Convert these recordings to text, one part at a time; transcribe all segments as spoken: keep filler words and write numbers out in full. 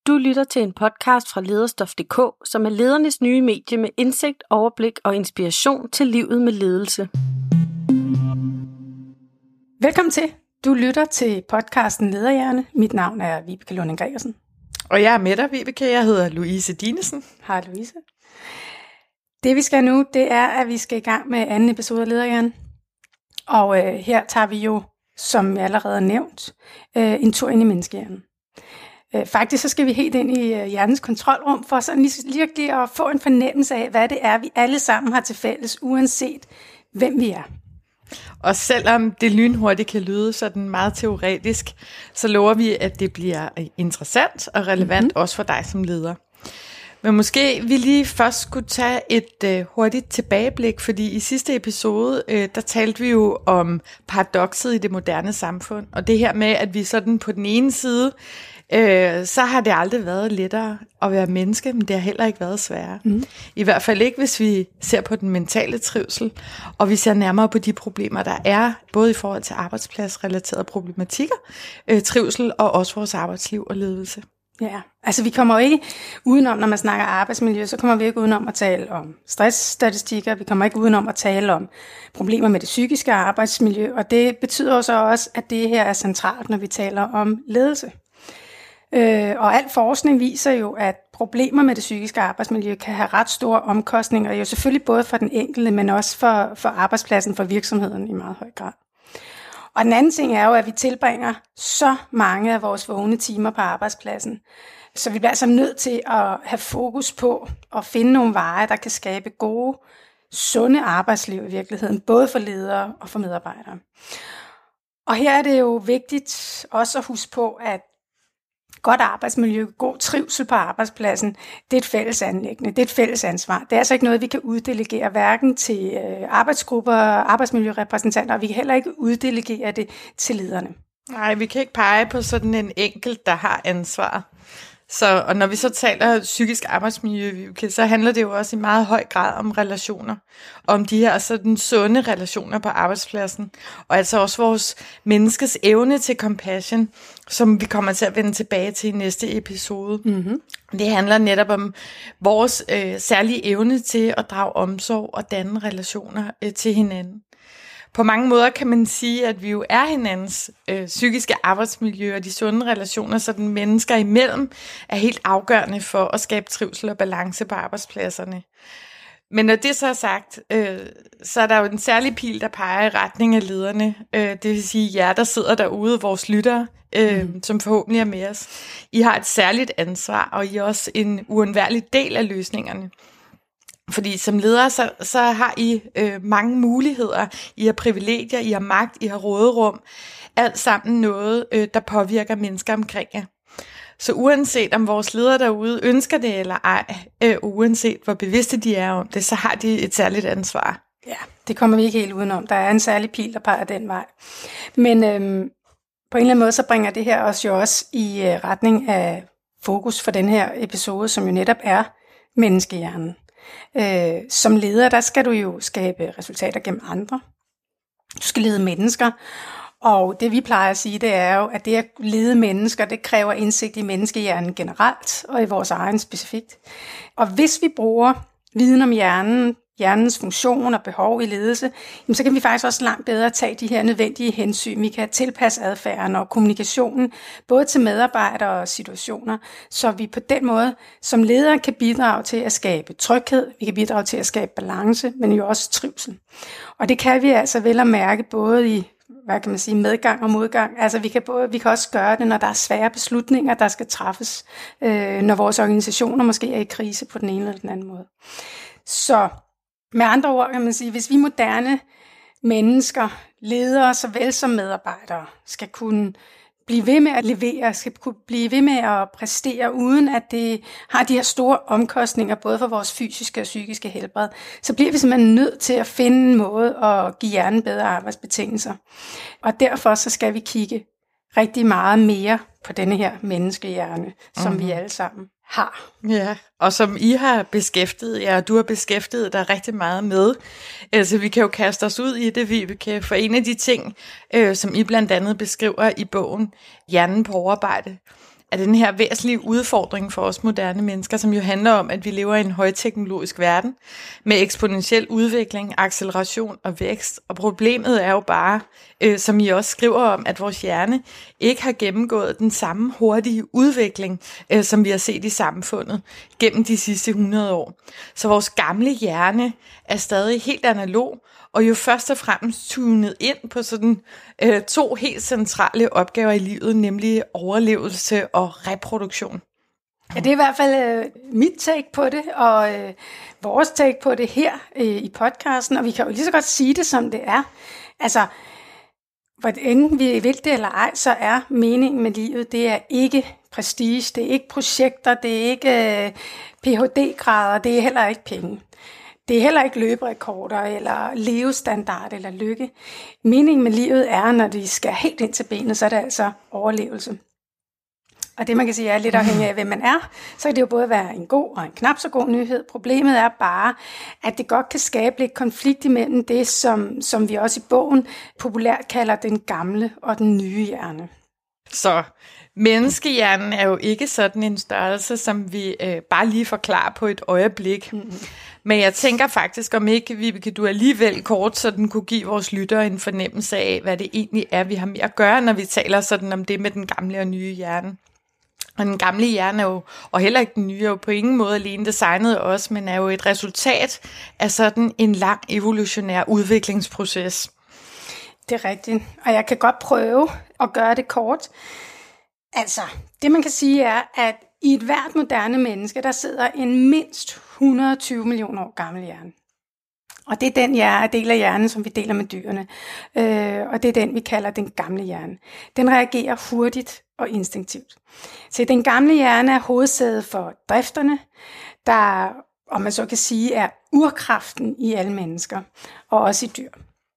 Du lytter til en podcast fra lederstof punktum d k, som er ledernes nye medie med indsigt, overblik og inspiration til livet med ledelse. Velkommen til. Du lytter til podcasten Lederhjerne. Mit navn er Vibeke Lunding Gregersen. Og jeg er med dig, Vibeke. Jeg hedder Louise Dinesen. Hej Louise. Det vi skal nu, det er, at vi skal i gang med anden episode af Lederhjerne. Og øh, her tager vi jo, som jeg allerede har nævnt, øh, en tur ind i menneskehjernen. Øh, faktisk så skal vi helt ind i øh, hjernens kontrolrum, for sådan lige, lige at få en fornemmelse af, hvad det er, vi alle sammen har til fælles, uanset hvem vi er. Og selvom det lynhurtigt kan lyde sådan meget teoretisk, så lover vi, at det bliver interessant og relevant mm-hmm. også for dig som leder. Men måske vi lige først skulle tage et øh, hurtigt tilbageblik, fordi i sidste episode, øh, der talte vi jo om paradokset i det moderne samfund, og det her med, at vi sådan på den ene side, øh, så har det aldrig været lettere at være menneske, men det har heller ikke været sværere. Mm. I hvert fald ikke, hvis vi ser på den mentale trivsel, og vi ser nærmere på de problemer, der er, både i forhold til arbejdspladsrelaterede problematikker, øh, trivsel og også vores arbejdsliv og ledelse. Ja, altså vi kommer jo ikke udenom, når man snakker arbejdsmiljø, så kommer vi ikke udenom at tale om stressstatistikker, vi kommer ikke udenom at tale om problemer med det psykiske arbejdsmiljø, og det betyder jo så også, at det her er centralt, når vi taler om ledelse. Øh, og al forskning viser jo, at problemer med det psykiske arbejdsmiljø kan have ret store omkostninger, jo selvfølgelig både for den enkelte, men også for, for arbejdspladsen, for virksomheden i meget høj grad. Og den anden ting er jo, at vi tilbringer så mange af vores vågne timer på arbejdspladsen. Så vi bliver altså nødt til at have fokus på at finde nogle veje, der kan skabe gode, sunde arbejdsliv i virkeligheden, både for ledere og for medarbejdere. Og her er det jo vigtigt også at huske på, at godt arbejdsmiljø, god trivsel på arbejdspladsen, det er et fælles anliggende, det er et fælles ansvar. Det er altså ikke noget, vi kan uddelegere hverken til arbejdsgrupper, arbejdsmiljørepræsentanter, og vi kan heller ikke uddelegere det til lederne. Nej, vi kan ikke pege på sådan en enkelt, der har ansvar. Så, og når vi så taler psykisk arbejdsmiljø, så handler det jo også i meget høj grad om relationer. Om de her sådan sunde relationer på arbejdspladsen. Og altså også vores menneskes evne til compassion, som vi kommer til at vende tilbage til i næste episode. Mm-hmm. Det handler netop om vores øh, særlige evne til at drage omsorg og danne relationer øh, til hinanden. På mange måder kan man sige, at vi jo er hinandens øh, psykiske arbejdsmiljø og de sunde relationer, så den mennesker imellem er helt afgørende for at skabe trivsel og balance på arbejdspladserne. Men når det så er sagt, øh, så er der jo en særlig pil, der peger i retning af lederne. Øh, det vil sige jer, der sidder derude, vores lyttere, øh, mm. som forhåbentlig er med os. I har et særligt ansvar, og I er også en uundværlig del af løsningerne. Fordi som ledere, så, så har I øh, mange muligheder, I har privilegier, I har magt, I har råderum, alt sammen noget, øh, der påvirker mennesker omkring jer. Så uanset om vores ledere derude ønsker det eller ej, øh, uanset hvor bevidste de er om det, så har de et særligt ansvar. Ja, det kommer vi ikke helt udenom. Der er en særlig pil, der peger den vej. Men øhm, på en eller anden måde, så bringer det her os jo også i øh, retning af fokus for den her episode, som jo netop er menneskehjernen. Øh, som leder, der skal du jo skabe resultater gennem andre. Du skal lede mennesker, og det vi plejer at sige, det er jo, at det at lede mennesker, det kræver indsigt i menneskehjernen generelt, og i vores egen specifikt. Og hvis vi bruger viden om hjernen, hjernens funktion og behov i ledelse, så kan vi faktisk også langt bedre tage de her nødvendige hensyn. Vi kan tilpasse adfærden og kommunikationen, både til medarbejdere og situationer, så vi på den måde som ledere kan bidrage til at skabe tryghed, vi kan bidrage til at skabe balance, men jo også trivsel. Og det kan vi altså vel at mærke både i hvad kan man sige, medgang og modgang. Altså vi kan, både, vi kan også gøre det, når der er svære beslutninger, der skal træffes, øh, når vores organisationer måske er i krise på den ene eller den anden måde. Så med andre ord kan man sige, hvis vi moderne mennesker, ledere såvel som medarbejdere, skal kunne blive ved med at levere, skal kunne blive ved med at præstere, uden at det har de her store omkostninger, både for vores fysiske og psykiske helbred, så bliver vi simpelthen nødt til at finde en måde at give hjernen bedre arbejdsbetingelser. Og derfor så skal vi kigge rigtig meget mere på denne her menneskehjerne, som mm-hmm. vi alle sammen har. Ja, og som I har beskæftiget jer, ja, og du har beskæftiget dig rigtig meget med. Altså vi kan jo kaste os ud i det, Vibeke, for en af de ting, øh, som I blandt andet beskriver i bogen Hjernen på overarbejde, af den her væsentlige udfordring for os moderne mennesker, som jo handler om, at vi lever i en højteknologisk verden med eksponentiel udvikling, acceleration og vækst. Og problemet er jo bare, øh, som I også skriver om, at vores hjerne ikke har gennemgået den samme hurtige udvikling, øh, som vi har set i samfundet gennem de sidste hundrede år. Så vores gamle hjerne er stadig helt analog, og jo først og fremmest tunet ind på sådan øh, to helt centrale opgaver i livet, nemlig overlevelse og reproduktion. Ja, det er i hvert fald øh, mit take på det, og øh, vores take på det her øh, i podcasten, og vi kan jo lige så godt sige det, som det er. Altså, hvordan vi vil det eller ej, så er meningen med livet, det er ikke prestige, det er ikke projekter, det er ikke øh, P H D-grader, det er heller ikke penge. Det er heller ikke løberekorder, eller levestandard, eller lykke. Meningen med livet er, når de skal helt ind til benet, så er det altså overlevelse. Og det man kan sige er lidt afhængig af, hvem man er, så kan det jo både være en god og en knap så god nyhed. Problemet er bare, at det godt kan skabe lidt konflikt imellem det, som, som vi også i bogen populært kalder den gamle og den nye hjerne. Så menneskehjernen er jo ikke sådan en størrelse, som vi øh, bare lige forklarer på et øjeblik. Mm-hmm. Men jeg tænker faktisk, om ikke, Vibeke, du alligevel kort sådan kunne give vores lyttere en fornemmelse af, hvad det egentlig er, vi har med at gøre, når vi taler sådan om det med den gamle og nye hjerne. Og den gamle hjerne er jo, og heller ikke den nye, er jo på ingen måde alene designet også, men er jo et resultat af sådan en lang evolutionær udviklingsproces. Det er rigtigt, og jeg kan godt prøve at gøre det kort. Altså, det man kan sige er, at i et hvert moderne menneske, der sidder en mindst et hundrede og tyve millioner år gammel hjerne. Og det er den hjerne, del af hjernen, som vi deler med dyrene. Øh, og det er den, vi kalder den gamle hjerne. Den reagerer hurtigt og instinktivt. Så den gamle hjerne er hovedsædet for drifterne, der, om man så kan sige, er urkraften i alle mennesker, og også i dyr.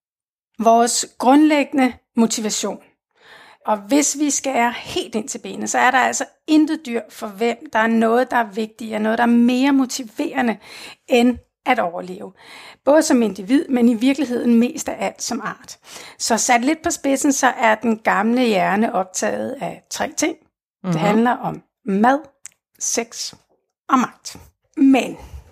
Vores grundlæggende motivation. Og hvis vi skærer helt ind til benet, så er der altså intet dyr, for hvem der er noget, der er vigtigere, noget, der er mere motiverende end at overleve. Både som individ, men i virkeligheden mest af alt som art. Så sat lidt på spidsen, så er den gamle hjerne optaget af tre ting. Mm-hmm. Det handler om mad, sex og magt. Men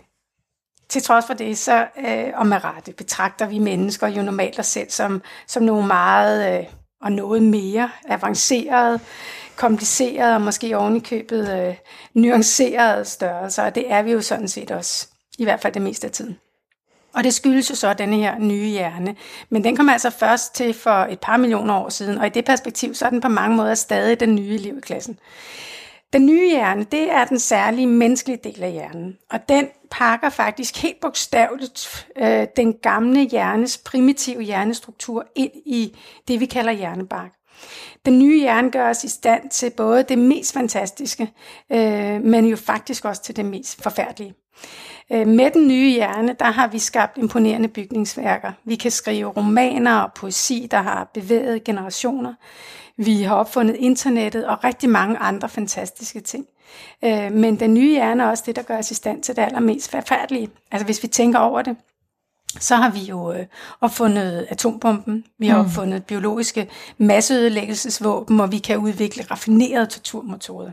til trods for det, så øh, og med rette betragter vi mennesker jo normalt os selv som, som nogle meget øh, og noget mere avanceret, kompliceret og måske ovenikøbet øh, nuanceret størrelser. Og det er vi jo sådan set også, i hvert fald det meste af tiden. Og det skyldes jo så denne her nye hjerne. Men den kom altså først til for et par millioner år siden, og i det perspektiv, så er den på mange måder stadig den nye liv i klassen. Den nye hjerne, det er den særlige menneskelige del af hjernen, og den pakker faktisk helt bogstaveligt øh, den gamle hjernes primitive hjernestruktur ind i det, vi kalder hjernebark. Den nye hjerne gør os i stand til både det mest fantastiske, øh, men jo faktisk også til det mest forfærdelige. Øh, med den nye hjerne, der har vi skabt imponerende bygningsværker. Vi kan skrive romaner og poesi, der har bevæget generationer. Vi har opfundet internettet og rigtig mange andre fantastiske ting. Øh, men den nye hjerne er også det, der gør os i stand til det allermest forfærdelige. Altså hvis vi tænker over det, så har vi jo øh, opfundet atombomben, vi har mm. opfundet biologiske masseødelæggelsesvåben, og vi kan udvikle raffinerede torturmetoder.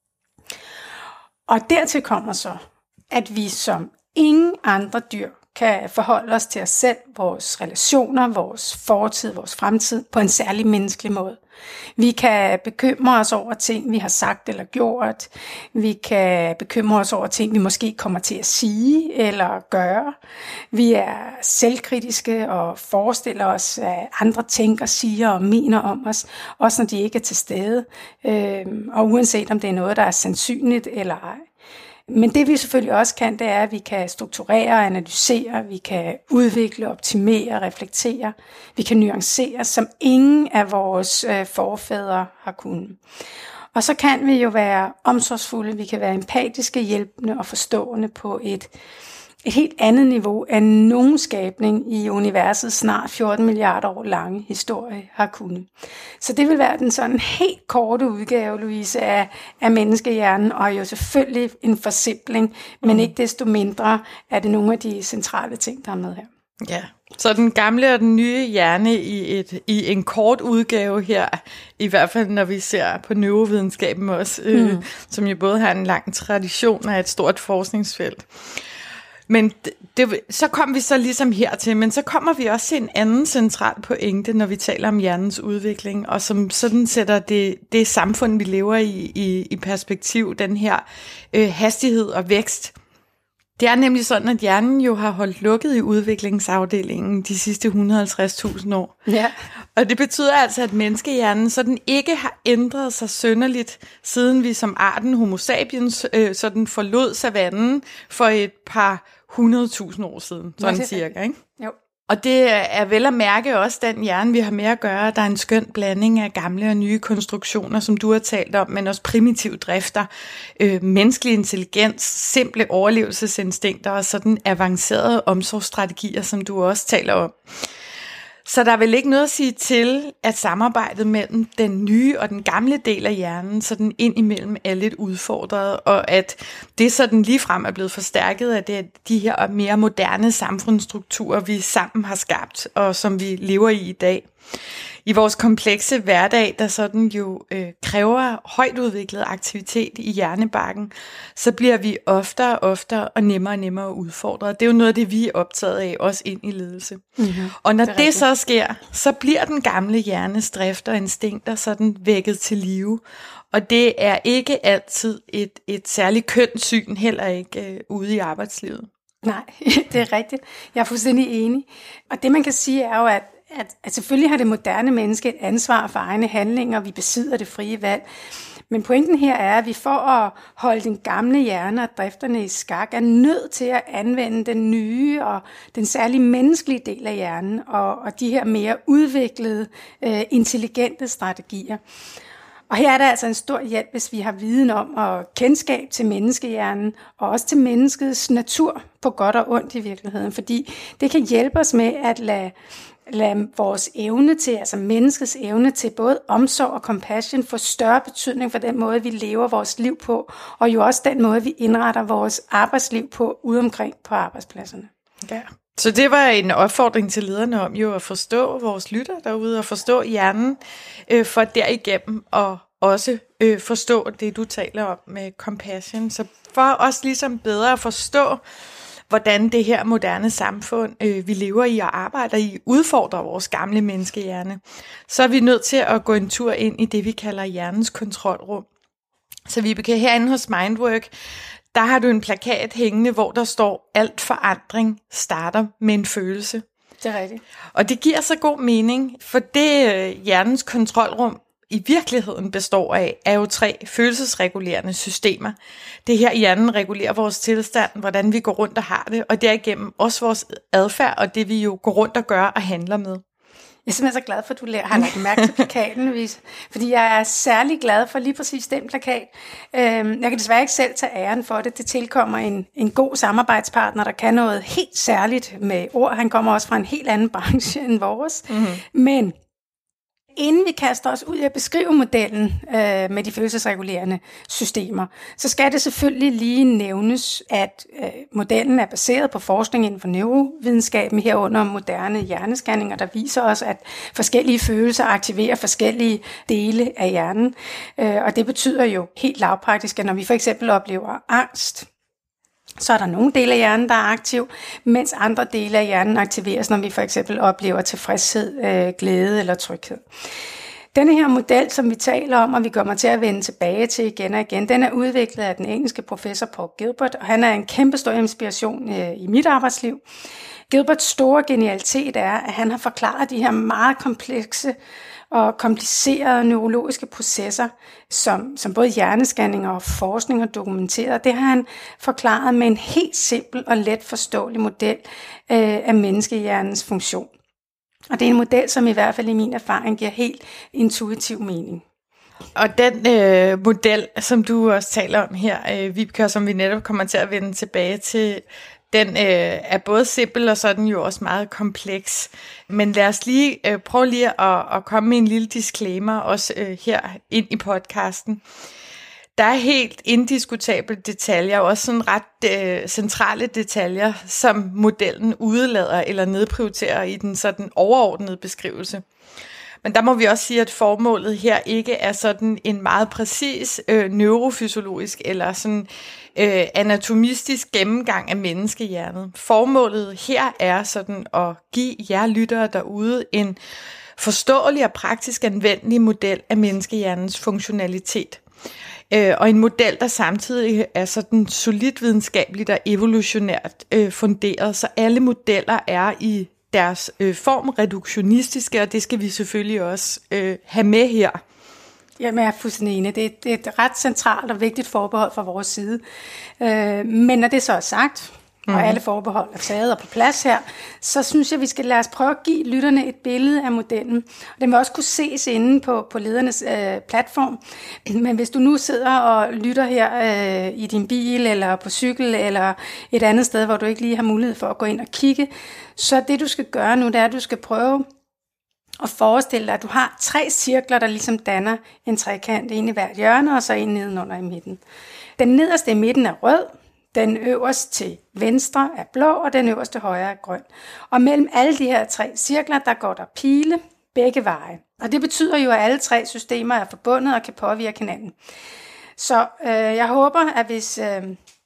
Og dertil kommer så, at vi som ingen andre dyr kan forholde os til os selv, vores relationer, vores fortid, vores fremtid på en særlig menneskelig måde. Vi kan bekymre os over ting, vi har sagt eller gjort. Vi kan bekymre os over ting, vi måske kommer til at sige eller gøre. Vi er selvkritiske og forestiller os, at andre tænker, siger og mener om os, også når de ikke er til stede. Og uanset om det er noget, der er sandsynligt eller ej. Men det vi selvfølgelig også kan, det er, at vi kan strukturere, analysere, vi kan udvikle, optimere, reflektere, vi kan nuancere, som ingen af vores øh, forfædre har kunnet. Og så kan vi jo være omsorgsfulde, vi kan være empatiske, hjælpende og forstående på et, et helt andet niveau, end nogen skabning i universets snart fjorten milliarder år lange historie har kunnet. Så det vil være den sådan helt korte udgave, Louise, af, af menneskehjernen, og jo selvfølgelig en forsimpling, men mm. ikke desto mindre er det nogle af de centrale ting, der er med her. Ja, Så den gamle og den nye hjerne i, et, i en kort udgave her, i hvert fald når vi ser på neurovidenskaben også, mm. øh, som jo både har en lang tradition og et stort forskningsfelt. Men det, det, så kom vi så ligesom hertil, men så kommer vi også til en anden central pointe, når vi taler om hjernens udvikling, og som sådan sætter det, det samfund, vi lever i, i, i perspektiv, den her øh, hastighed og vækst. Det er nemlig sådan, at hjernen jo har holdt lukket i udviklingsafdelingen de sidste et hundrede og halvtreds tusind år. Ja. Og det betyder altså, at menneskehjernen sådan ikke har ændret sig synderligt, siden vi som arten Homo sapiens øh, sådan forlod savannen for et par hundrede tusind år siden, sådan cirka, ikke? Jo. Og det er vel at mærke også den hjerne, vi har med at gøre. Der er en skøn blanding af gamle og nye konstruktioner, som du har talt om, men også primitive drifter, øh, menneskelig intelligens, simple overlevelsesinstinkter og sådan avancerede omsorgsstrategier, som du også taler om. Så der er vel ikke noget at sige til, at samarbejdet mellem den nye og den gamle del af hjernen sådan indimellem er lidt udfordret, og at det sådan ligefrem er blevet forstærket af det, de her mere moderne samfundsstrukturer, vi sammen har skabt, og som vi lever i i dag. I vores komplekse hverdag, der sådan jo øh, kræver højt udviklet aktivitet i hjernebarken, så bliver vi oftere og oftere og nemmere og nemmere udfordret. Det er jo noget af det, vi er optaget af, også ind i ledelse. Mm-hmm. Og når det, det så sker, så bliver den gamle hjernes drifter og instinkter sådan vækket til live. Og det er ikke altid et, et særligt kønt syn, heller ikke øh, ude i arbejdslivet. Nej, det er rigtigt. Jeg er fuldstændig enig. Og det man kan sige er jo, at At, at selvfølgelig har det moderne menneske et ansvar for egne handlinger, vi besidder det frie valg. Men pointen her er, at vi for at holde den gamle hjerne og drifterne i skak, er nødt til at anvende den nye og den særlige menneskelige del af hjernen, og, og de her mere udviklede, øh, intelligente strategier. Og her er der altså en stor hjælp, hvis vi har viden om og kendskab til menneskehjernen, og også til menneskets natur, på godt og ondt i virkeligheden. Fordi det kan hjælpe os med at lade lade vores evne til, altså menneskets evne til både omsorg og compassion, få større betydning for den måde, vi lever vores liv på, og jo også den måde, vi indretter vores arbejdsliv på ude omkring på arbejdspladserne. Ja. Så det var en opfordring til lederne om jo at forstå vores lytter derude, og forstå hjernen, øh, for derigennem at også øh, forstå det, du taler om med compassion. Så for os ligesom bedre at forstå, hvordan det her moderne samfund, øh, vi lever i og arbejder i, udfordrer vores gamle menneskehjerne, så er vi nødt til at gå en tur ind i det, vi kalder hjernens kontrolrum. Så vi kan herinde hos Mindwork, der har du en plakat hængende, hvor der står, alt forandring starter med en følelse. Det er rigtigt. Og det giver så god mening, for det øh, hjernens kontrolrum i virkeligheden består af, er jo tre følelsesregulerende systemer. Det her hjernen regulerer vores tilstand, hvordan vi går rundt og har det, og derigennem også vores adfærd, og det vi jo går rundt og gør og handler med. Jeg er simpelthen så glad for, at du har lagt mærke til plakaten, fordi jeg er særlig glad for lige præcis den plakat. Jeg kan desværre ikke selv tage æren for det. Det tilkommer en, en god samarbejdspartner, der kan noget helt særligt med ord. Han kommer også fra en helt anden branche end vores. Mm-hmm. Men inden vi kaster os ud i at beskrive modellen øh, med de følelsesregulerende systemer, så skal det selvfølgelig lige nævnes, at øh, modellen er baseret på forskning inden for neurovidenskaben, herunder moderne hjernescanninger, der viser os, at forskellige følelser aktiverer forskellige dele af hjernen. Øh, og det betyder jo helt lavpraktisk, at når vi for eksempel oplever angst, så er der nogle dele af hjernen, der er aktiv, mens andre dele af hjernen aktiveres, når vi for eksempel oplever tilfredshed, øh, glæde eller tryghed. Denne her model, som vi taler om, og vi kommer til at vende tilbage til igen og igen, den er udviklet af den engelske professor Paul Gilbert, og han er en kæmpe stor inspiration øh, i mit arbejdsliv. Gilberts store genialitet er, at han har forklaret de her meget komplekse og komplicerede neurologiske processer, som, som både hjernescanninger og forskning har dokumenteret. Det har han forklaret med en helt simpel og let forståelig model øh, af menneskehjernens funktion. Og det er en model, som i hvert fald i min erfaring giver helt intuitiv mening. Og den øh, model, som du også taler om her, øh, Vibeke, som vi netop kommer til at vende tilbage til, den øh, er både simpel, og så er den jo også meget kompleks. Men lad os lige øh, prøve lige at, at komme med en lille disclaimer, også øh, her ind i podcasten. Der er helt indiskutable detaljer, og også sådan ret øh, centrale detaljer, som modellen udelader eller nedprioriterer i den sådan overordnede beskrivelse. Men der må vi også sige, at formålet her ikke er sådan en meget præcis øh, neurofysiologisk eller sådan øh, anatomistisk gennemgang af menneskehjernet. Formålet her er sådan at give jer lyttere derude en forståelig og praktisk anvendelig model af menneskehjernens funktionalitet. Øh, og en model, der samtidig er sådan solidt videnskabeligt og evolutionært øh, funderet, så alle modeller er i deres øh, form reduktionistiske, og det skal vi selvfølgelig også øh, have med her. Jamen, jeg er fuldstændig enig. Det, det er et ret centralt og vigtigt forbehold fra vores side. Øh, men når det så er sagt, og mm. alle forbehold er taget og på plads her, så synes jeg, vi skal lade os prøve at give lytterne et billede af modellen. Og den vil også kunne ses inde på, på ledernes øh, platform. Men hvis du nu sidder og lytter her øh, i din bil, eller på cykel, eller et andet sted, hvor du ikke lige har mulighed for at gå ind og kigge, så det du skal gøre nu, det er, at du skal prøve at forestille dig, at du har tre cirkler, der ligesom danner en trekant, en i hvert hjørne, og så en nedenunder i midten. Den nederste i midten er rød, den øverste til venstre er blå, og den øverste højre er grøn. Og mellem alle de her tre cirkler, der går der pile begge veje. Og det betyder jo, at alle tre systemer er forbundet og kan påvirke hinanden. Så øh, jeg håber, at hvis... Øh,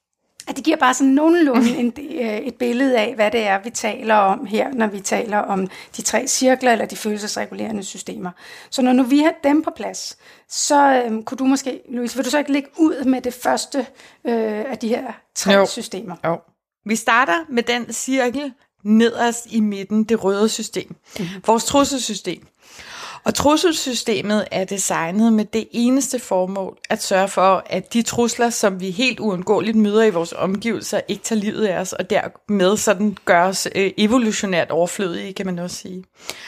at det giver bare sådan nogenlunde en, et billede af, hvad det er, vi taler om her, når vi taler om de tre cirkler eller de følelsesregulerende systemer. Så når nu vi har dem på plads, så øhm, kunne du måske, Louise, vil du så ikke lægge ud med det første øh, af de her tre jo. systemer? Jo. Vi starter med den cirkel nederst i midten, det røde system. Mm-hmm. Vores trusselsystem. Og trusselssystemet er designet med det eneste formål at sørge for, at de trusler, som vi helt uundgåeligt møder i vores omgivelser, ikke tager livet af os, og dermed sådan gør os øh, evolutionært overflødige, kan man også sige.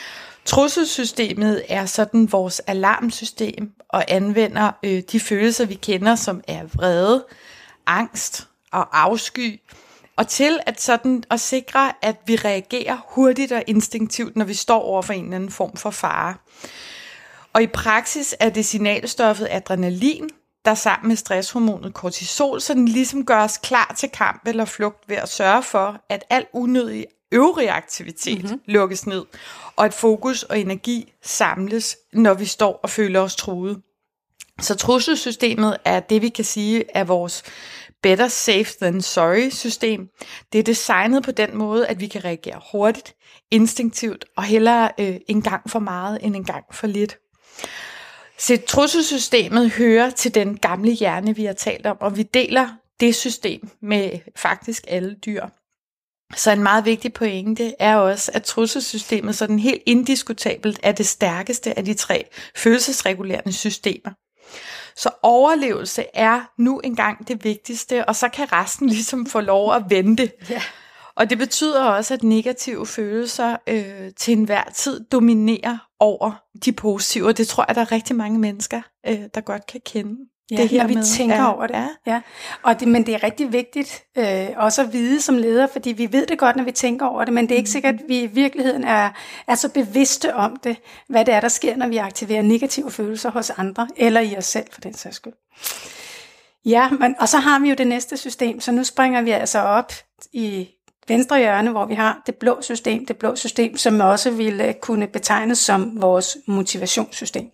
Trusselssystemet er sådan vores alarmsystem og anvender øh, de følelser, vi kender, som er vrede, angst og afsky, og til at sådan at sikre, at vi reagerer hurtigt og instinktivt, når vi står over for en eller anden form for fare. Og i praksis er det signalstoffet adrenalin, der sammen med stresshormonet kortisol, så den ligesom gør os klar til kamp eller flugt ved at sørge for, at al unødig øvrig aktivitet mm-hmm. lukkes ned, og at fokus og energi samles, når vi står og føler os truet. Så trusselssystemet er det, vi kan sige, er vores better safe than sorry system. Det er designet på den måde, at vi kan reagere hurtigt, instinktivt og hellere øh, en gang for meget end en gang for lidt. Så trusselssystemet hører til den gamle hjerne, vi har talt om, og vi deler det system med faktisk alle dyr. Så en meget vigtig pointe er også, at trusselssystemet sådan helt indiskutabelt er det stærkeste af de tre følelsesregulerende systemer. Så overlevelse er nu engang det vigtigste, og så kan resten ligesom få lov at vente. Yeah. Og det betyder også, at negative følelser øh, til enhver tid dominerer over de positive, og det tror jeg, der er rigtig mange mennesker, øh, der godt kan kende. Ja, det her når vi med, tænker ja, over det. Ja. Ja. Og det. Men det er rigtig vigtigt øh, også at vide som leder, fordi vi ved det godt, når vi tænker over det, men det er ikke sikkert, at vi i virkeligheden er, er så bevidste om det, hvad det er, der sker, når vi aktiverer negative følelser hos andre, eller i os selv for den sags skyld. Ja, men, og så har vi jo det næste system, så nu springer vi altså op i venstre hjørne, hvor vi har det blå system, det blå system, som også ville kunne betegnes som vores motivationssystem.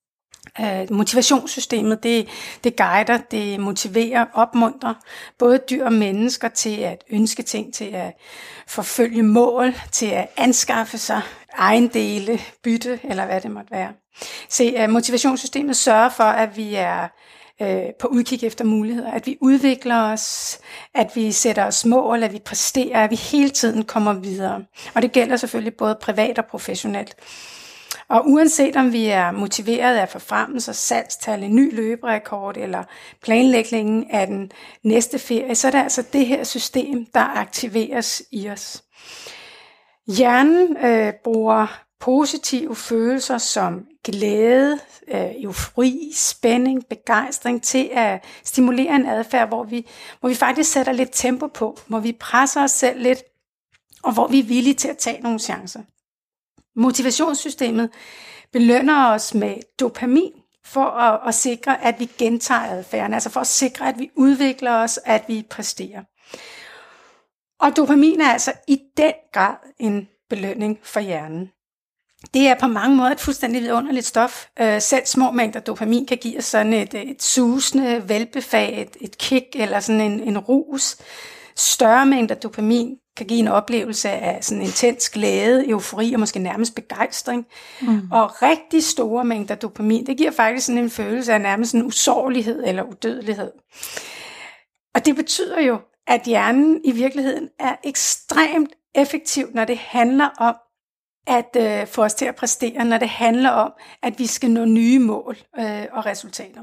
Uh, motivationssystemet, det, det guider, det motiverer, opmuntrer både dyr og mennesker til at ønske ting, til at forfølge mål, til at anskaffe sig ejendele, bytte eller hvad det måtte være. Så uh, motivationssystemet sørger for, at vi er uh, på udkig efter muligheder, at vi udvikler os, at vi sætter os mål, at vi præsterer, at vi hele tiden kommer videre. Og det gælder selvfølgelig både privat og professionelt. Og uanset om vi er motiveret af forfremmelse, salgstal, en ny løberekord eller planlægningen af den næste ferie, så er det altså det her system, der aktiveres i os. Hjernen øh, bruger positive følelser som glæde, øh, eufori, spænding, begejstring til at stimulere en adfærd, hvor vi, hvor vi faktisk sætter lidt tempo på, hvor vi presser os selv lidt, og hvor vi er villige til at tage nogle chancer. Motivationssystemet belønner os med dopamin, for at, at sikre, at vi gentager adfærden, altså for at sikre, at vi udvikler os, at vi præsterer. Og dopamin er altså i den grad en belønning for hjernen. Det er på mange måder et fuldstændig vidunderligt stof. Selv små mængder dopamin kan give os sådan et, et susende velbefag, et, et kick eller sådan en, en rus. Større mængder dopamin kan give en oplevelse af sådan intens glæde, eufori og måske nærmest begejstring. Mm. Og rigtig store mængder dopamin, det giver faktisk sådan en følelse af nærmest en usårlighed eller udødelighed. Og det betyder jo, at hjernen i virkeligheden er ekstremt effektiv, når det handler om at øh, få os til at præstere, når det handler om, at vi skal nå nye mål øh, og resultater.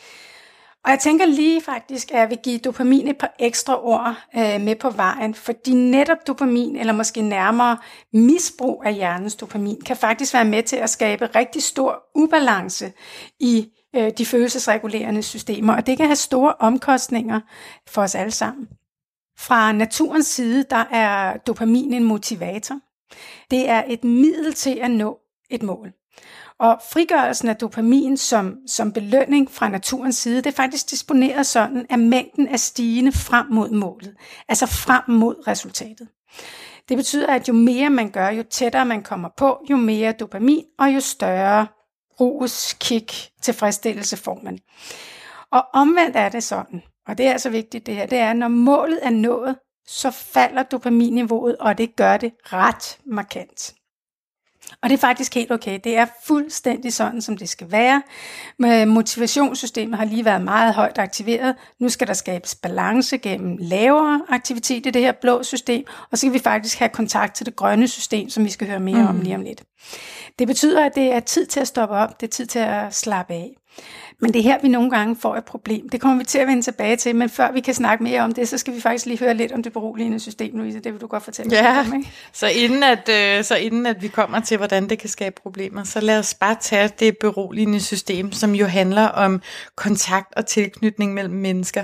Og jeg tænker lige faktisk, at jeg vil give dopamin et par ekstra ord øh, med på vejen, fordi netop dopamin, eller måske nærmere misbrug af hjernens dopamin, kan faktisk være med til at skabe rigtig stor ubalance i øh, de følelsesregulerende systemer, og det kan have store omkostninger for os alle sammen. Fra naturens side, der er dopamin en motivator. Det er et middel til at nå et mål. Og frigørelsen af dopamin som, som belønning fra naturens side, det er faktisk disponeret sådan, at mængden er stigende frem mod målet, altså frem mod resultatet. Det betyder, at jo mere man gør, jo tættere man kommer på, jo mere dopamin, og jo større rus, kick, tilfredsstillelse får man. Og omvendt er det sådan, og det er altså vigtigt det her, det er, at når målet er nået, så falder dopaminniveauet, og det gør det ret markant. Og det er faktisk helt okay. Det er fuldstændig sådan, som det skal være. Motivationssystemet har lige været meget højt aktiveret. Nu skal der skabes balance gennem lavere aktivitet i det her blå system, og så skal vi faktisk have kontakt til det grønne system, som vi skal høre mere mm. om lige om lidt. Det betyder, at det er tid til at stoppe op, det er tid til at slappe af. Men det er her, vi nogle gange får et problem. Det kommer vi til at vende tilbage til, men før vi kan snakke mere om det, så skal vi faktisk lige høre lidt om det beroligende system, Louise. Det vil du godt fortælle ja, om, ikke? Så inden, at, øh, så inden at vi kommer til, hvordan det kan skabe problemer, så lad os bare tage det beroligende system, som jo handler om kontakt og tilknytning mellem mennesker.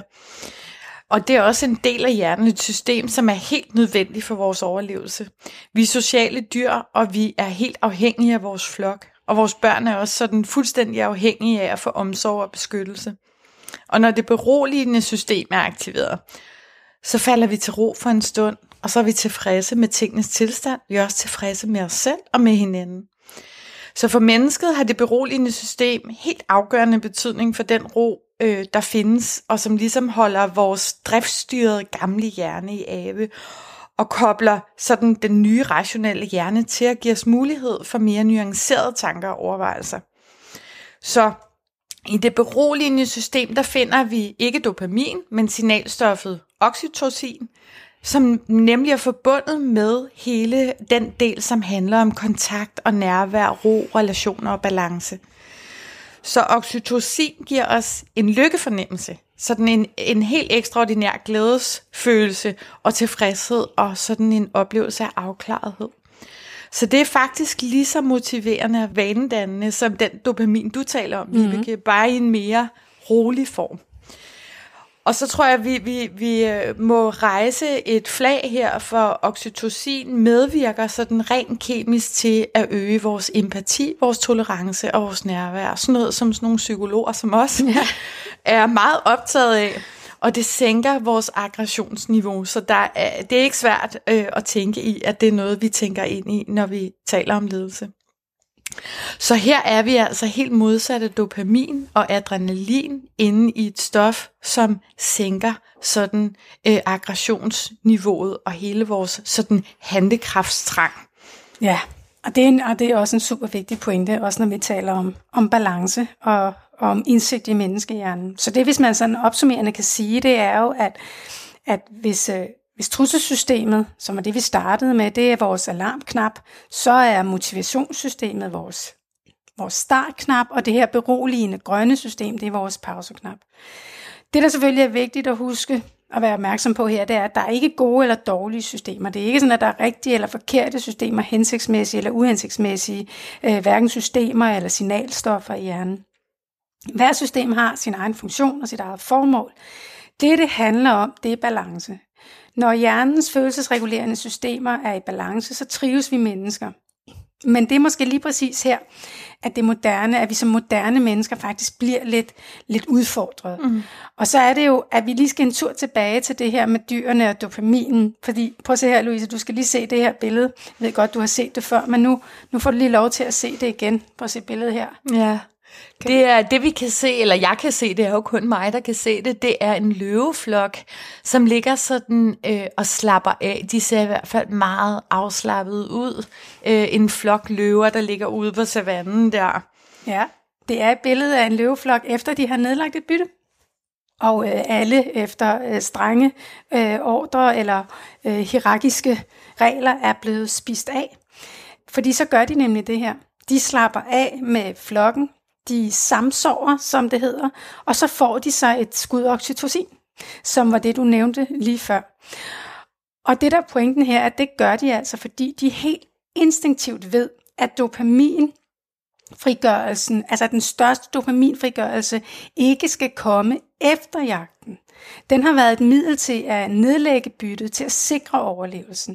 Og det er også en del af hjernen, et system, som er helt nødvendigt for vores overlevelse. Vi er sociale dyr, og vi er helt afhængige af vores flok. Og vores børn er også sådan fuldstændig afhængige af at få omsorg og beskyttelse. Og når det beroligende system er aktiveret, så falder vi til ro for en stund, og så er vi tilfredse med tingenes tilstand. Vi er også tilfredse med os selv og med hinanden. Så for mennesket har det beroligende system helt afgørende betydning for den ro, øh, der findes, og som ligesom holder vores driftsstyrede gamle hjerne i ave, og kobler sådan den nye rationelle hjerne til at give os mulighed for mere nuancerede tanker og overvejelser. Så i det beroligende system, der finder vi ikke dopamin, men signalstoffet oxytocin, som nemlig er forbundet med hele den del, som handler om kontakt og nærvær, ro, relationer og balance. Så oxytocin giver os en lykkefornemmelse, sådan en, en helt ekstraordinær glædesfølelse og tilfredshed og sådan en oplevelse af afklarethed. Så det er faktisk lige så motiverende og vanedannende som den dopamin, du taler om, Vibeke, mm-hmm. bare i en mere rolig form. Og så tror jeg, at vi, vi, vi må rejse et flag her, for oxytocin medvirker sådan rent kemisk til at øge vores empati, vores tolerance og vores nærvær. Sådan noget, som sådan nogle psykologer som os ja. er meget optaget af. Og det sænker vores aggressionsniveau, så der er, det er ikke svært øh, at tænke i, at det er noget, vi tænker ind i, når vi taler om ledelse. Så her er vi altså helt modsatte dopamin og adrenalin inde i et stof, som sænker sådan øh, aggressionsniveauet og hele vores sådan handlekraftstrang. Ja, og det, er en, og det er også en super vigtig pointe, også når vi taler om, om balance og, og om indsigt i menneskehjernen. Så det, hvis man sådan opsummerende kan sige, det er jo, at, at hvis... Øh, Hvis trusselssystemet, som er det vi startede med, det er vores alarmknap, så er motivationssystemet vores, vores startknap, og det her beroligende grønne system, det er vores pauseknap. Det, der selvfølgelig er vigtigt at huske at være opmærksom på her, det er, at der er ikke gode eller dårlige systemer. Det er ikke sådan, at der er rigtige eller forkerte systemer, hensigtsmæssige eller uhensigtsmæssige, øh, hverken systemer eller signalstoffer i hjernen. Hver system har sin egen funktion og sit eget formål. Det, det handler om, det er balance. Når hjernens følelsesregulerende systemer er i balance, så trives vi mennesker. Men det er måske lige præcis her, at det moderne, at vi som moderne mennesker faktisk bliver lidt, lidt udfordret. Mm. Og så er det jo, at vi lige skal en tur tilbage til det her med dyrene og dopaminen. Fordi, prøv at se her, Louise, du skal lige se det her billede. Jeg ved godt, du har set det før, men nu, nu får du lige lov til at se det igen. Prøv at se billedet her. Ja. Det er det vi kan se, eller jeg kan se, det er jo kun mig, der kan se det, det er en løveflok, som ligger sådan øh, og slapper af. De ser i hvert fald meget afslappet ud. Øh, en flok løver, der ligger ude på savannen der. Ja, det er et billede af en løveflok, efter de har nedlagt et bytte. Og øh, alle efter øh, strenge øh, ordre eller øh, hierarkiske regler er blevet spist af. Fordi så gør de nemlig det her. De slapper af med flokken. De samsover, som det hedder, og så får de sig et skud oxytocin, som var det, du nævnte lige før. Og det der er pointen her, at det gør de altså, fordi de helt instinktivt ved, at dopaminfrigørelsen, altså den største dopaminfrigørelse, ikke skal komme efter jagten. Den har været et middel til at nedlægge byttet, til at sikre overlevelsen.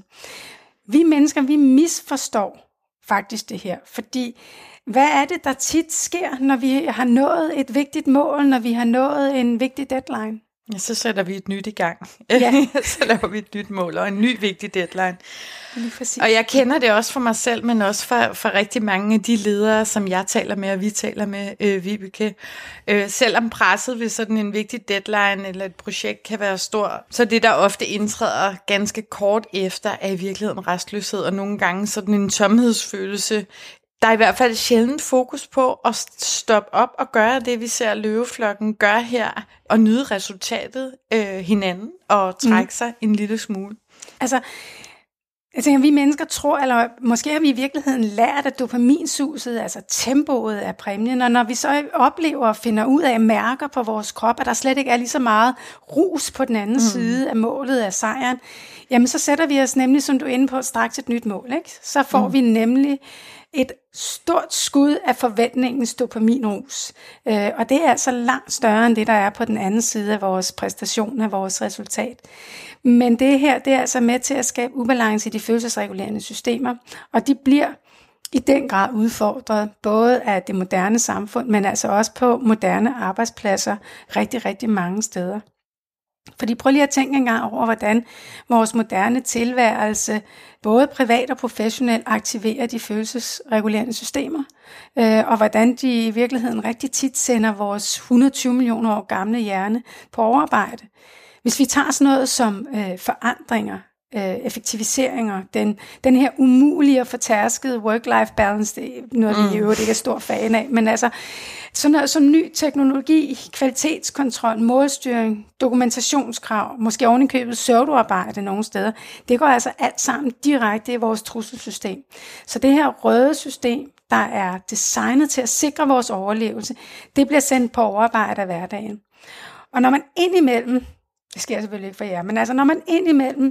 Vi mennesker, vi misforstår faktisk det her, fordi hvad er det, der tit sker, når vi har nået et vigtigt mål, når vi har nået en vigtig deadline? Ja, så sætter vi et nyt i gang. Ja. Så laver vi et nyt mål og en ny vigtig deadline. Lige præcis. Og jeg kender det også for mig selv, men også for, for rigtig mange af de ledere, som jeg taler med, og vi taler med, øh, Vibeke. Øh, selvom presset ved sådan en vigtig deadline eller et projekt kan være stor, så det, der ofte indtræder ganske kort efter, er i virkeligheden restløshed, og nogle gange sådan en tomhedsfølelse. Der er i hvert fald sjældent fokus på at stoppe op og gøre det, vi ser løveflokken gøre her, og nyde resultatet øh, hinanden og trække mm. sig en lille smule. Altså, jeg tænker, vi mennesker tror, eller måske har vi i virkeligheden lært, at dopaminsuset, altså tempoet af præmien, og når vi så oplever og finder ud af mærker på vores krop, at der slet ikke er lige så meget rus på den anden mm. side af målet af sejren, jamen så sætter vi os nemlig, som du er inde på, straks et nyt mål, ikke? Så får mm. vi nemlig et stort skud af forventningens dopaminrus. Øh, og det er altså langt større end det, der er på den anden side af vores præstation, af vores resultat. Men det her, det er altså med til at skabe ubalance i de følelsesregulerende systemer, og de bliver i den grad udfordret, både af det moderne samfund, men altså også på moderne arbejdspladser rigtig, rigtig mange steder. Fordi prøv lige at tænke engang over, hvordan vores moderne tilværelse, både privat og professionelt, aktiverer de følelsesregulerende systemer, øh, og hvordan de i virkeligheden rigtig tit sender vores et hundrede og tyve millioner år gamle hjerne på overarbejde. Hvis vi tager sådan noget som øh, forandringer, øh, effektiviseringer, den, den her umulige og fortærskede work-life balance, det er noget, vi i øvrigt ikke er stor fan af, men altså sådan noget som ny teknologi, kvalitetskontrol, målstyring, dokumentationskrav, måske ovenikøbet pseudoarbejde nogle steder, det går altså alt sammen direkte i vores trusselsystem. Så det her røde system, der er designet til at sikre vores overlevelse, det bliver sendt på overarbejde af hverdagen. Og når man indimellem, det sker selvfølgelig ikke for jer, men altså når man indimellem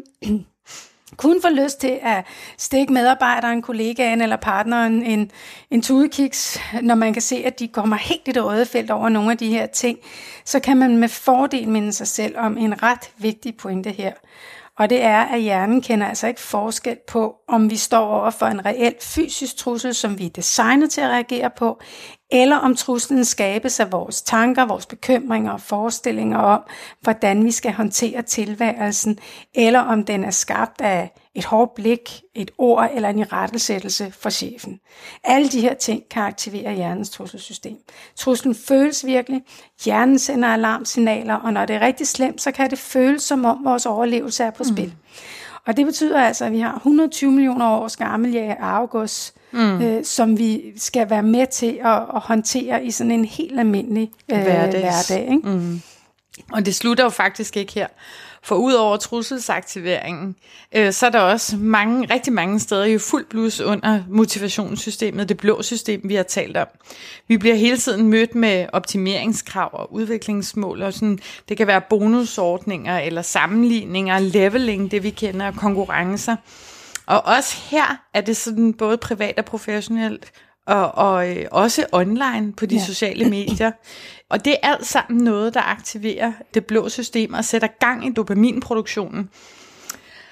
kun får lyst til at stikke medarbejderen, kollegaen eller partneren en, en tudekiks, når man kan se, at de kommer helt i det røde felt over nogle af de her ting, så kan man med fordel minde sig selv om en ret vigtig pointe her. Og det er, at hjernen kender altså ikke forskel på, om vi står over for en reel fysisk trussel, som vi er designet til at reagere på, eller om truslen skabes af vores tanker, vores bekymringer og forestillinger om, hvordan vi skal håndtere tilværelsen, eller om den er skabt af et hårdt blik, et ord eller en irettesættelse for chefen. Alle de her ting kan aktivere hjernens trusselsystem. Truslen føles virkelig, hjernen sender alarmsignaler, og når det er rigtig slemt, så kan det føles som om vores overlevelse er på spil. Mm. Og det betyder altså, at vi har et hundrede og tyve millioner års gammel arvegods, mm. øh, som vi skal være med til at, at håndtere i sådan en helt almindelig øh, hverdag. Ikke? Mm. Og det slutter jo faktisk ikke her. For ud over trusselsaktiveringen, øh, så er der også mange, rigtig mange steder jo fuld blus under motivationssystemet, det blå system, vi har talt om. Vi bliver hele tiden mødt med optimeringskrav og udviklingsmål, og sådan, det kan være bonusordninger eller sammenligninger, leveling, det vi kender, konkurrencer. Og også her er det sådan både privat og professionelt, og, og øh, også online på de ja. sociale medier. Og det er alt sammen noget, der aktiverer det blå system og sætter gang i dopaminproduktionen.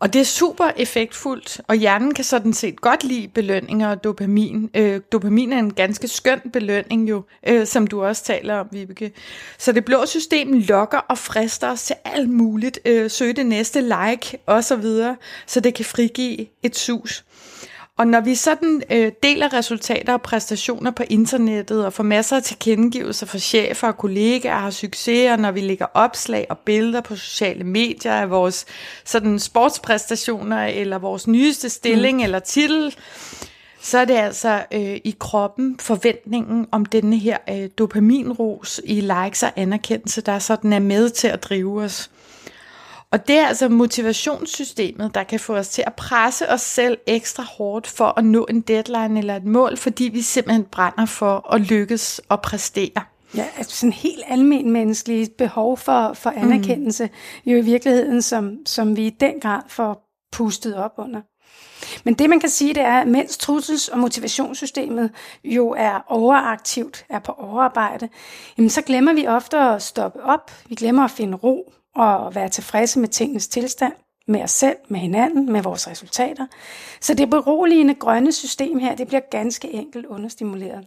Og det er super effektfuldt, og hjernen kan sådan set godt lide belønninger og dopamin. Øh, dopamin er en ganske skøn belønning jo, øh, som du også taler om, Vibeke. Så det blå system lokker og frister os til alt muligt. Øh, søge det næste like og så videre, så det kan frigive et sus. Og når vi sådan øh, deler resultater og præstationer på internettet og får masser af tilkendegivelser fra chefer og kollegaer, har succeser, når vi lægger opslag og billeder på sociale medier af vores sådan sportspræstationer eller vores nyeste stilling mm. eller titel, så er det altså øh, i kroppen forventningen om denne her øh, dopaminrus i likes og anerkendelse, der sådan er med til at drive os. Og det er altså motivationssystemet, der kan få os til at presse os selv ekstra hårdt for at nå en deadline eller et mål, fordi vi simpelthen brænder for at lykkes og præstere. Ja, altså sådan helt almen menneskelige behov for, for anerkendelse, mm. jo i virkeligheden, som, som vi i den grad får pustet op under. Men det man kan sige, det er, at mens trussels- og motivationssystemet jo er overaktivt, er på overarbejde, jamen så glemmer vi ofte at stoppe op, vi glemmer at finde ro, og være tilfredse med tingens tilstand, med os selv, med hinanden, med vores resultater. Så det beroligende grønne system her, det bliver ganske enkelt understimuleret.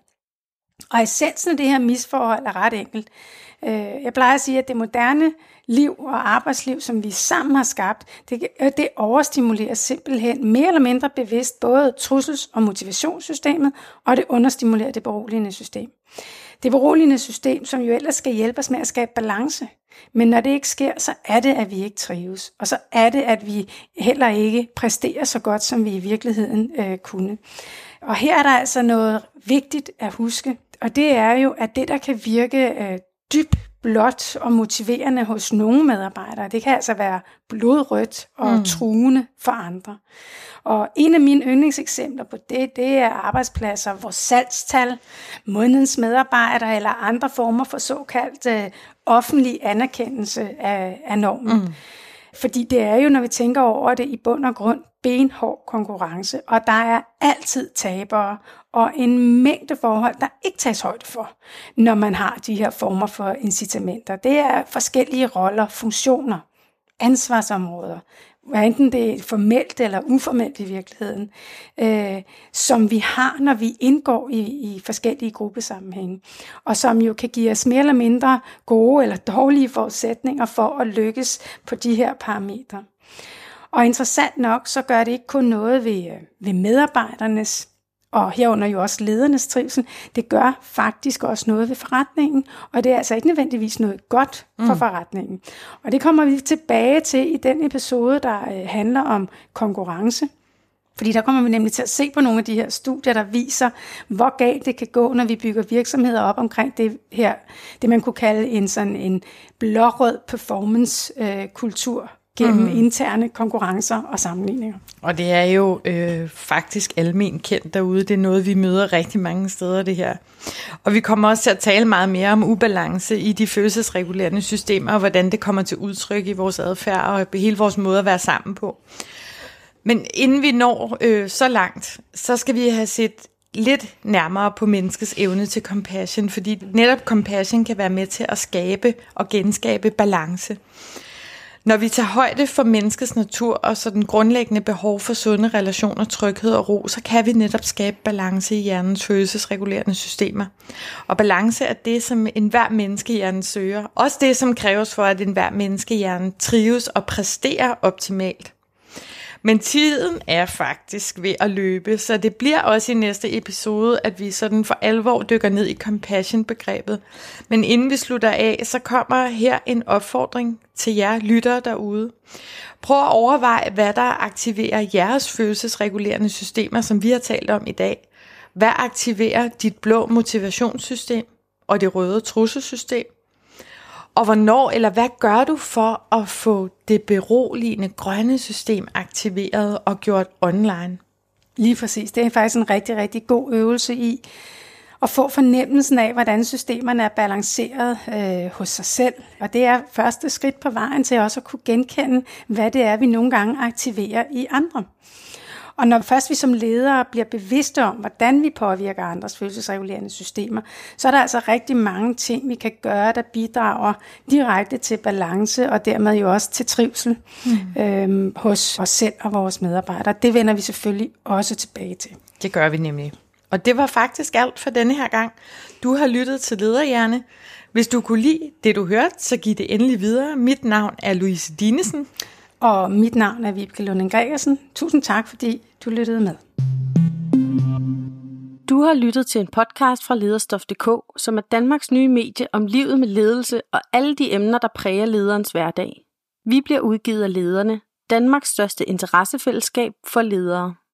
Og essensen af det her misforhold er ret enkelt. Jeg plejer at sige, at det moderne liv og arbejdsliv, som vi sammen har skabt, det, det overstimulerer simpelthen mere eller mindre bevidst både trussels- og motivationssystemet, og det understimulerer det beroligende system. Det beroligende system, som jo ellers skal hjælpe os med at skabe balance. Men når det ikke sker, så er det, at vi ikke trives. Og så er det, at vi heller ikke præsterer så godt, som vi i virkeligheden øh, kunne. Og her er der altså noget vigtigt at huske. Og det er jo, at det, der kan virke øh, dybt blåt og motiverende hos nogle medarbejdere, det kan altså være blodrødt og mm. truende for andre. Og en af mine yndlingseksempler på det, det er arbejdspladser, hvor salgstal, månedens medarbejdere eller andre former for såkaldt øh, offentlig anerkendelse af, af normen. Mm. Fordi det er jo, når vi tænker over det, i bund og grund benhård konkurrence, og der er altid tabere og en mængde forhold, der ikke tages højde for, når man har de her former for incitamenter. Det er forskellige roller, funktioner, ansvarsområder, hvad enten det er formelt eller uformelt i virkeligheden, øh, som vi har, når vi indgår i, i forskellige gruppesammenhænge, og som jo kan give os mere eller mindre gode eller dårlige forudsætninger for at lykkes på de her parametre. Og interessant nok, så gør det ikke kun noget ved, ved medarbejdernes, og herunder jo også ledernes trivsel, det gør faktisk også noget ved forretningen, og det er altså ikke nødvendigvis noget godt for mm. forretningen. Og det kommer vi tilbage til i den episode, der øh, handler om konkurrence. Fordi der kommer vi nemlig til at se på nogle af de her studier, der viser, hvor galt det kan gå, når vi bygger virksomheder op omkring det her, det man kunne kalde en sådan en blårød performance-kultur. Øh, gennem mm. interne konkurrencer og sammenligninger. Og det er jo øh, faktisk almen kendt derude. Det er noget, vi møder rigtig mange steder, det her. Og vi kommer også til at tale meget mere om ubalance i de følelsesregulerende systemer, og hvordan det kommer til udtryk i vores adfærd og hele vores måde at være sammen på. Men inden vi når øh, så langt, så skal vi have set lidt nærmere på menneskets evne til compassion, fordi netop compassion kan være med til at skabe og genskabe balance. Når vi tager højde for menneskets natur og så den grundlæggende behov for sunde relationer, tryghed og ro, så kan vi netop skabe balance i hjernens følelsesregulerende systemer. Og balance er det, som enhver menneskehjerne søger. Også det, som kræves for, at enhver menneskehjerne trives og præsterer optimalt. Men tiden er faktisk ved at løbe, så det bliver også i næste episode, at vi sådan for alvor dykker ned i compassion-begrebet. Men inden vi slutter af, så kommer her en opfordring til jer lyttere derude. Prøv at overveje, hvad der aktiverer jeres følelsesregulerende systemer, som vi har talt om i dag. Hvad aktiverer dit blå motivationssystem og det røde trusselsystem? Og hvornår eller hvad gør du for at få det beroligende grønne system aktiveret og gjort online? Lige præcis. Det er faktisk en rigtig, rigtig god øvelse i at få fornemmelsen af, hvordan systemerne er balanceret øh, hos sig selv. Og det er første skridt på vejen til også at kunne genkende, hvad det er, vi nogle gange aktiverer i andre. Og når først vi som ledere bliver bevidste om, hvordan vi påvirker andres følelsesregulerende systemer, så er der altså rigtig mange ting, vi kan gøre, der bidrager direkte til balance og dermed jo også til trivsel mm. øhm, hos os selv og vores medarbejdere. Det vender vi selvfølgelig også tilbage til. Det gør vi nemlig. Og det var faktisk alt for denne her gang. Du har lyttet til Lederhjerne. Hvis du kunne lide det, du hørte, så giv det endelig videre. Mit navn er Louise Dinesen. Og mit navn er Vibeke Lunding Gregersen. Tusind tak, fordi du lyttede med. Du har lyttet til en podcast fra Lederstof punktum d k, som er Danmarks nye medie om livet med ledelse og alle de emner, der præger lederens hverdag. Vi bliver udgivet af Lederne, Danmarks største interessefællesskab for ledere.